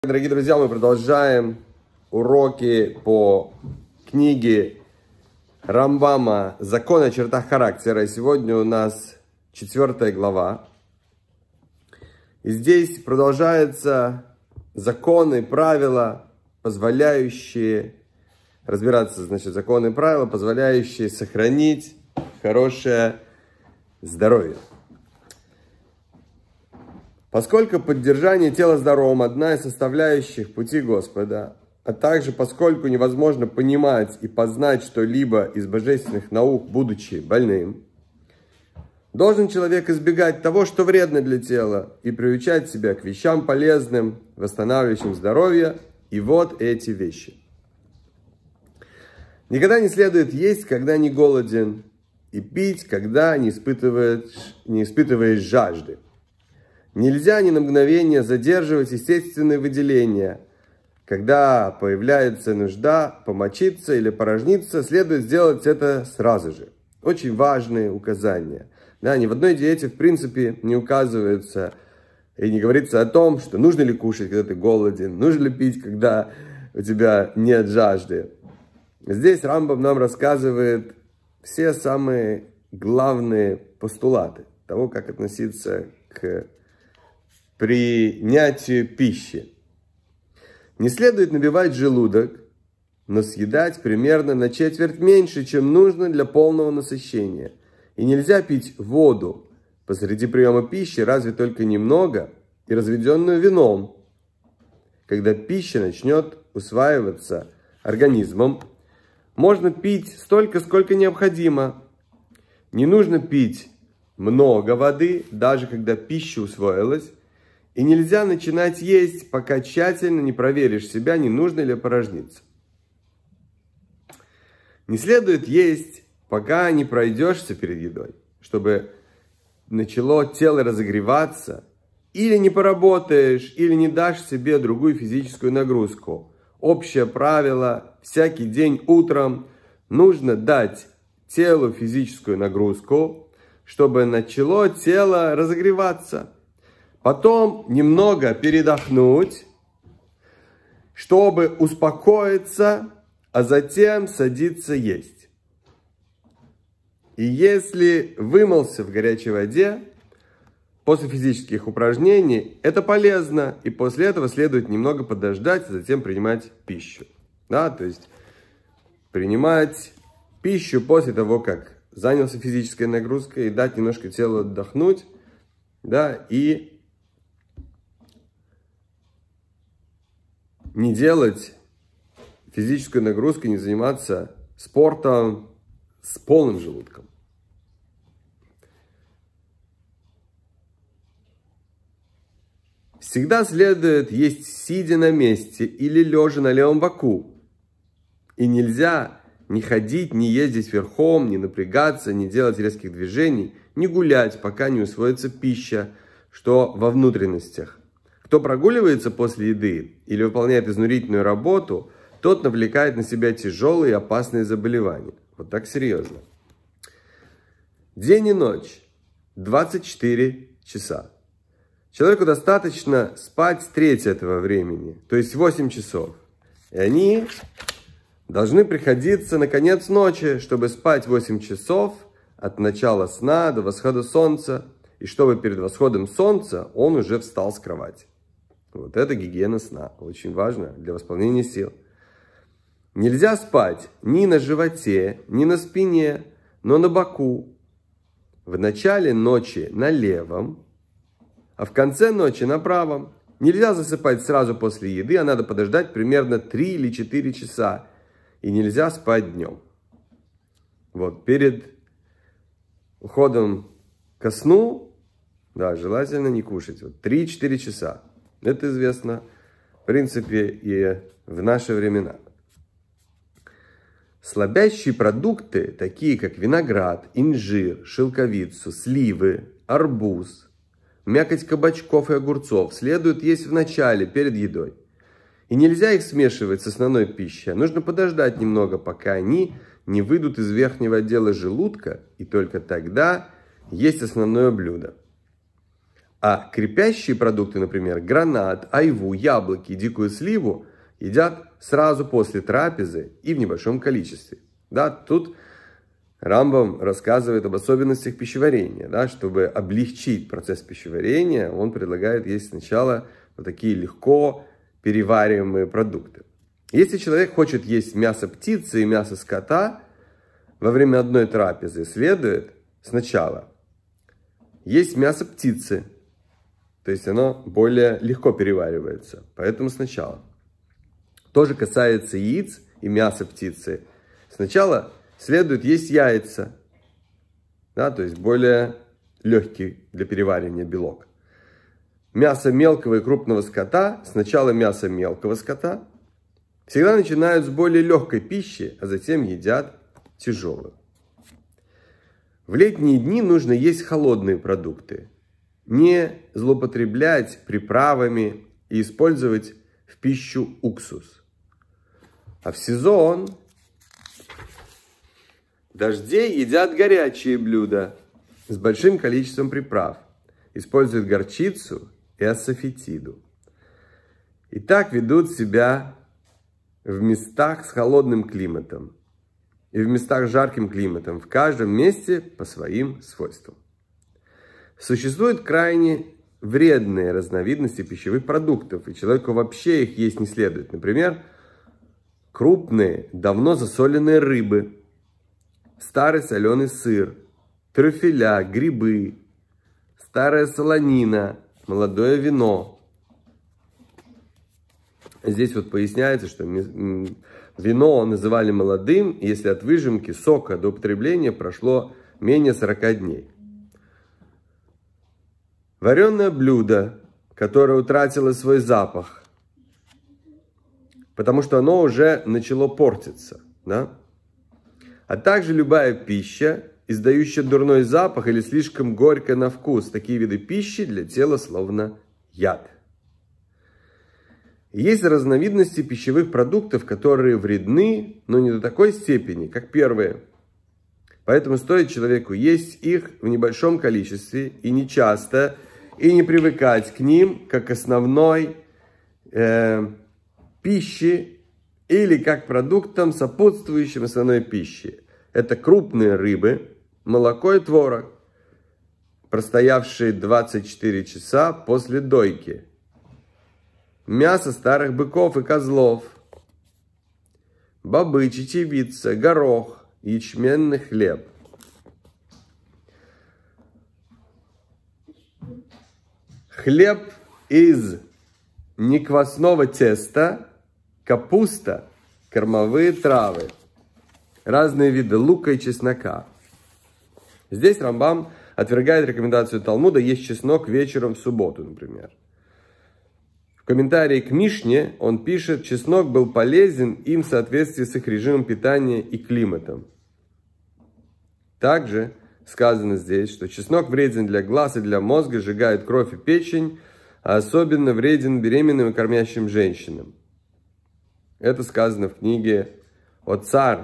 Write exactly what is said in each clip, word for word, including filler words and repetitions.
Дорогие друзья, мы продолжаем уроки по книге Рамбама «Закон о чертах характера». Сегодня у нас четвертая глава. И здесь продолжаются законы, правила, позволяющие разбираться, значит, законы и правила, позволяющие сохранить хорошее здоровье. Поскольку поддержание тела здоровым – одна из составляющих пути Господа, а также поскольку невозможно понимать и познать что-либо из божественных наук, будучи больным, должен человек избегать того, что вредно для тела, и приучать себя к вещам полезным, восстанавливающим здоровье, и вот эти вещи. Никогда не следует есть, когда не голоден, и пить, когда не испытываешь, не испытываешь жажды. Нельзя ни на мгновение задерживать естественные выделения. Когда появляется нужда помочиться или порожниться, следует сделать это сразу же. Очень важные указания. Да, ни в одной диете, в принципе, не указывается и не говорится о том, что нужно ли кушать, когда ты голоден, нужно ли пить, когда у тебя нет жажды. Здесь Рамбам нам рассказывает все самые главные постулаты того, как относиться к принятию пищи. Не следует набивать желудок, но съедать примерно на четверть меньше, чем нужно для полного насыщения. И нельзя пить воду посреди приема пищи, разве только немного, и разведенную вином. Когда пища начнет усваиваться организмом, можно пить столько, сколько необходимо. Не нужно пить много воды, даже когда пища усвоилась. И нельзя начинать есть, пока тщательно не проверишь себя, не нужно ли порожниться. Не следует есть, пока не пройдешься перед едой, чтобы начало тело разогреваться, или не поработаешь, или не дашь себе другую физическую нагрузку. Общее правило: всякий день утром нужно дать телу физическую нагрузку, чтобы начало тело разогреваться. Потом немного передохнуть, чтобы успокоиться, а затем садиться есть. И если вымылся в горячей воде после физических упражнений, это полезно, и после этого следует немного подождать, а затем принимать пищу. Да, то есть принимать пищу после того, как занялся физической нагрузкой, и дать немножко телу отдохнуть, да, и не делать физическую нагрузку, не заниматься спортом с полным желудком. Всегда следует есть сидя на месте или лежа на левом боку. И нельзя не ходить, не ездить верхом, не напрягаться, не делать резких движений, не гулять, пока не усвоится пища, что во внутренностях. Кто прогуливается после еды или выполняет изнурительную работу, тот навлекает на себя тяжелые и опасные заболевания. Вот так серьезно. День и ночь. двадцать четыре часа. Человеку достаточно спать треть этого времени, то есть восемь часов. И они должны приходиться на конец ночи, чтобы спать восемь часов от начала сна до восхода солнца, и чтобы перед восходом солнца он уже встал с кровати. Вот это гигиена сна. Очень важно для восполнения сил. Нельзя спать ни на животе, ни на спине, но на боку. В начале ночи на левом, а в конце ночи на правом. Нельзя засыпать сразу после еды, а надо подождать примерно три или четыре часа. И нельзя спать днем. Вот, перед уходом ко сну, да, желательно не кушать. Вот, три-четыре часа. Это известно, в принципе, и в наши времена. Слабящие продукты, такие как виноград, инжир, шелковицу, сливы, арбуз, мякоть кабачков и огурцов, следует есть в начале, перед едой. И нельзя их смешивать с основной пищей. Нужно подождать немного, пока они не выйдут из верхнего отдела желудка, и только тогда есть основное блюдо. А крепящие продукты, например, гранат, айву, яблоки, дикую сливу, едят сразу после трапезы и в небольшом количестве. Да, тут Рамбам рассказывает об особенностях пищеварения. Да, чтобы облегчить процесс пищеварения, он предлагает есть сначала вот такие легко перевариваемые продукты. Если человек хочет есть мясо птицы и мясо скота, во время одной трапезы следует сначала есть мясо птицы, то есть оно более легко переваривается, поэтому сначала. То же касается яиц и мяса птицы. Сначала следует есть яйца, да, то есть более легкий для переваривания белок. Мясо мелкого и крупного скота, сначала мясо мелкого скота, всегда начинают с более легкой пищи, а затем едят тяжелую. В летние дни нужно есть холодные продукты, не злоупотреблять приправами и использовать в пищу уксус. А в сезон дождей едят горячие блюда с большим количеством приправ, используют горчицу и ассафетиду. И так ведут себя в местах с холодным климатом и в местах с жарким климатом, в каждом месте по своим свойствам. Существуют крайне вредные разновидности пищевых продуктов, и человеку вообще их есть не следует. Например, крупные, давно засоленные рыбы, старый соленый сыр, трюфеля, грибы, старая солонина, молодое вино. Здесь вот поясняется, что вино называли молодым, если от выжимки сока до употребления прошло менее сорока дней. Вареное блюдо, которое утратило свой запах, потому что оно уже начало портиться, да? А также любая пища, издающая дурной запах или слишком горькая на вкус. Такие виды пищи для тела словно яд. Есть разновидности пищевых продуктов, которые вредны, но не до такой степени, как первые. Поэтому стоит человеку есть их в небольшом количестве и не часто, и не привыкать к ним как к основной э, пище или как продуктам, сопутствующим основной пище. Это крупные рыбы, молоко и творог, простоявшие двадцать четыре часа после дойки. Мясо старых быков и козлов, бобы, чечевица, горох, ячменный хлеб. Хлеб из неквасного теста, капуста, кормовые травы, разные виды лука и чеснока. Здесь Рамбам отвергает рекомендацию Талмуда есть чеснок вечером в субботу, например. В комментарии к Мишне он пишет, чеснок был полезен им в соответствии с их режимом питания и климатом. Также сказано здесь, что чеснок вреден для глаз и для мозга, сжигает кровь и печень, а особенно вреден беременным и кормящим женщинам. Это сказано в книге «Оцар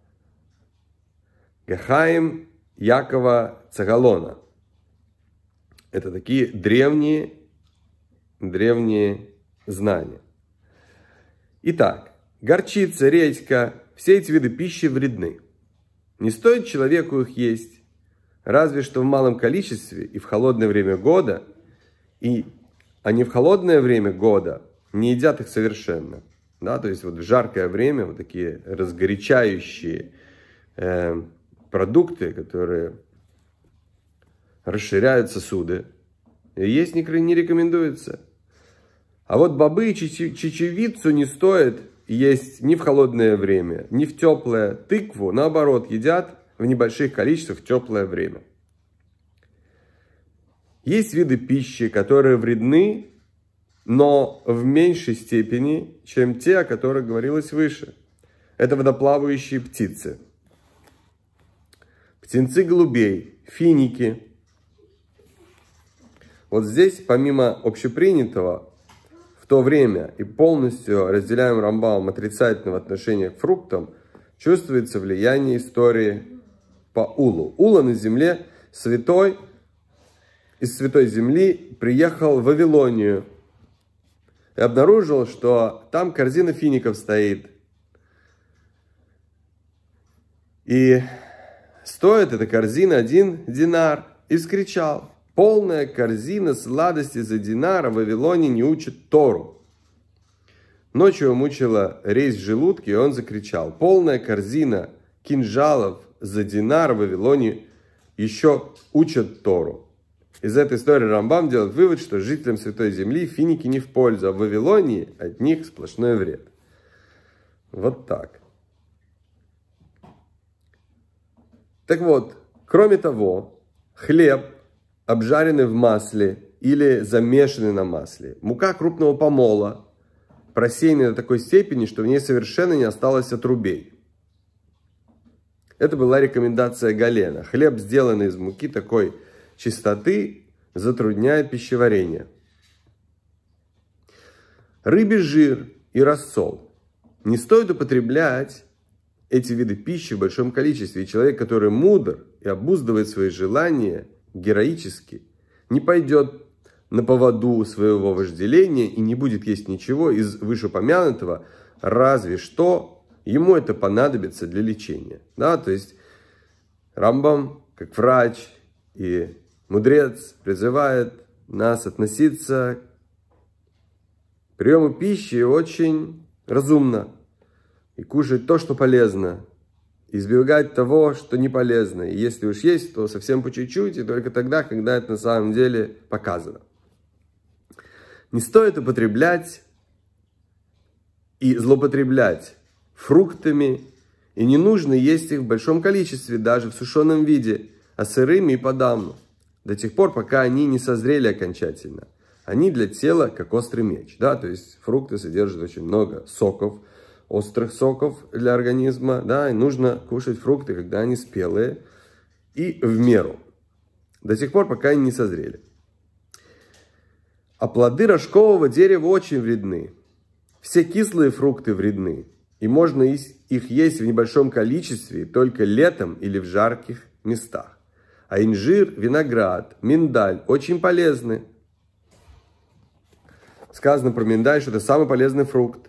Гахаим» Якова Цагалона. Это такие древние, древние знания. Итак, горчица, редька, все эти виды пищи вредны. Не стоит человеку их есть, разве что в малом количестве и в холодное время года, и, а не в холодное время года не едят их совершенно. Да, то есть вот в жаркое время вот такие разгорячающие э, продукты, которые расширяют сосуды, есть не, не рекомендуется. А вот бобы и чечевицу не стоит есть ни в холодное время, ни в теплое. Тыкву, наоборот, едят в небольших количествах в теплое время. Есть виды пищи, которые вредны, но в меньшей степени, чем те, о которых говорилось выше. Это водоплавающие птицы, птенцы голубей, финики. Вот здесь, помимо общепринятого, в то время и полностью разделяем Рамбамом отрицательного отношения к фруктам, чувствуется влияние истории по Улу. Ула на земле святой из Святой Земли приехал в Вавилонию и обнаружил, что там корзина фиников стоит. И стоит эта корзина один динар. И вскричал: полная корзина сладости за динар, а в Вавилоне не учат Тору. Ночью его мучила резь в желудке, и он закричал: полная корзина кинжалов за динар, в Вавилоне еще учат Тору. Из этой истории Рамбам делает вывод, что жителям Святой Земли финики не в пользу, а в Вавилонии от них сплошной вред. Вот так. Так вот, кроме того, хлеб, обжаренный в масле или замешанный на масле, мука крупного помола, просеянная до такой степени, что в ней совершенно не осталось отрубей. Это была рекомендация Галена. Хлеб, сделанный из муки такой чистоты, затрудняет пищеварение. Рыбий жир и рассол. Не стоит употреблять эти виды пищи в большом количестве. И человек, который мудр и обуздывает свои желания героически, не пойдет на поводу своего вожделения и не будет есть ничего из вышеупомянутого, разве что ему это понадобится для лечения. Да, то есть Рамбам, как врач и мудрец, призывает нас относиться к приему пищи очень разумно и кушать то, что полезно, избегать того, что не полезно. И если уж есть, то совсем по чуть-чуть, и только тогда, когда это на самом деле показано. Не стоит употреблять и злоупотреблять фруктами, и не нужно есть их в большом количестве, даже в сушеном виде, а сырыми и подавно, до тех пор, пока они не созрели окончательно. Они для тела как острый меч. Да? То есть фрукты содержат очень много соков, острых соков для организма. Да? И нужно кушать фрукты, когда они спелые и в меру, до тех пор, пока они не созрели. А плоды рожкового дерева очень вредны. Все кислые фрукты вредны. И можно их есть в небольшом количестве только летом или в жарких местах. А инжир, виноград, миндаль очень полезны. Сказано про миндаль, что это самый полезный фрукт.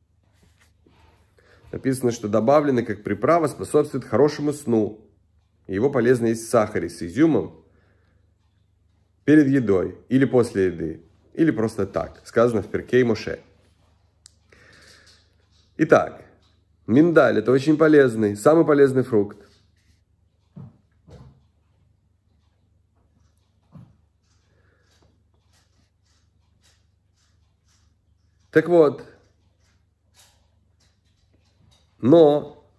Написано, что добавленный как приправа способствует хорошему сну. Его полезно есть в сахаре с изюмом перед едой или после еды. Или просто так. Сказано в Перкей Моше. Итак, миндаль – это очень полезный, самый полезный фрукт. Так вот, но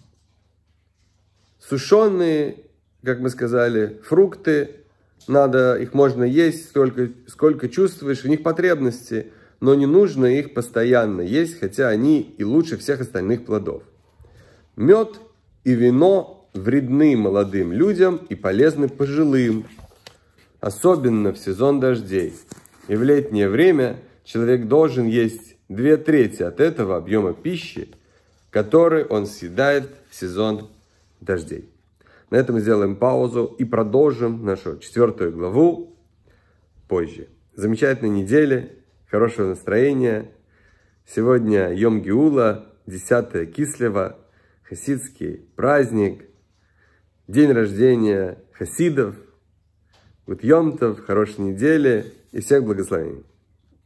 сушеные, как мы сказали, фрукты, надо, их можно есть столько, сколько чувствуешь, в них потребности, но не нужно их постоянно есть, хотя они и лучше всех остальных плодов. Мед и вино вредны молодым людям и полезны пожилым, особенно в сезон дождей. И в летнее время человек должен есть две трети от этого объема пищи, который он съедает в сезон дождей. На этом мы сделаем паузу и продолжим нашу четвертую главу позже. Замечательной недели, хорошего настроения. Сегодня Йом Геула, десятое Кислева, хасидский праздник, день рождения хасидов. Вот Йом Тов, хорошей недели и всех благословений.